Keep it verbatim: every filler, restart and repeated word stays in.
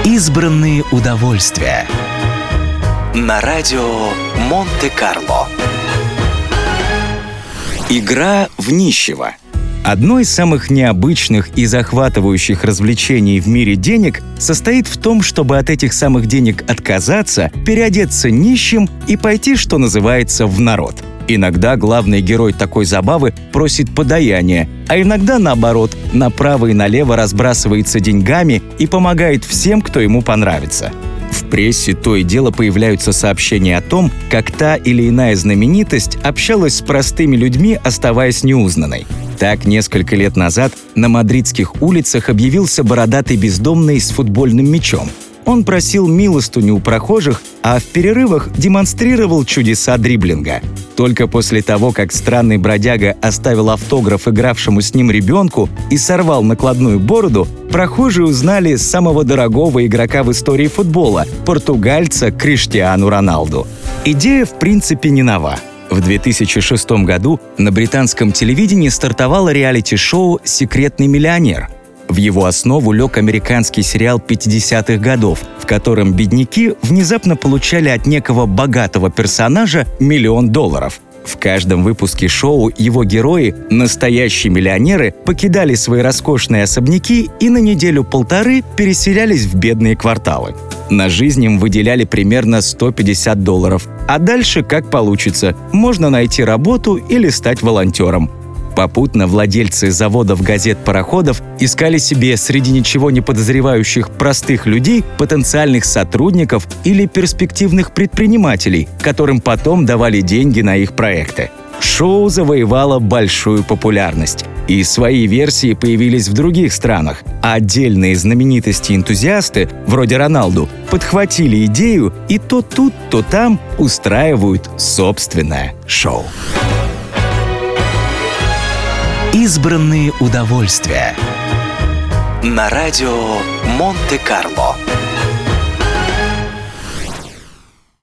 Избранные удовольствия. На радио Монте-Карло. Игра в нищего. Одно из самых необычных и захватывающих развлечений в мире денег состоит в том, чтобы от этих самых денег отказаться, переодеться нищим и пойти, что называется, в народ. Иногда главный герой такой забавы просит подаяния, а иногда, наоборот, направо и налево разбрасывается деньгами и помогает всем, кто ему понравится. В прессе то и дело появляются сообщения о том, как та или иная знаменитость общалась с простыми людьми, оставаясь неузнанной. Так, несколько лет назад на мадридских улицах объявился бородатый бездомный с футбольным мячом. Он просил милостыню у прохожих, а в перерывах демонстрировал чудеса дриблинга. Только после того, как странный бродяга оставил автограф игравшему с ним ребенку и сорвал накладную бороду, прохожие узнали самого дорогого игрока в истории футбола – португальца Криштиану Роналду. Идея, в принципе, не нова. В две тысячи шестом году на британском телевидении стартовало реалити-шоу «Секретный миллионер». В его основу лег американский сериал пятидесятых годов, в котором бедняки внезапно получали от некого богатого персонажа миллион долларов. В каждом выпуске шоу его герои, настоящие миллионеры, покидали свои роскошные особняки и на неделю-полторы переселялись в бедные кварталы. На жизнь им выделяли примерно сто пятьдесят долларов, а дальше как получится – можно найти работу или стать волонтером. Попутно владельцы заводов, газет, пароходов искали себе среди ничего не подозревающих простых людей потенциальных сотрудников или перспективных предпринимателей, которым потом давали деньги на их проекты. Шоу завоевало большую популярность, и свои версии появились в других странах, а отдельные знаменитости-энтузиасты, вроде Роналду, подхватили идею и то тут, то там устраивают собственное шоу. Избранные удовольствия. На радио Монте-Карло.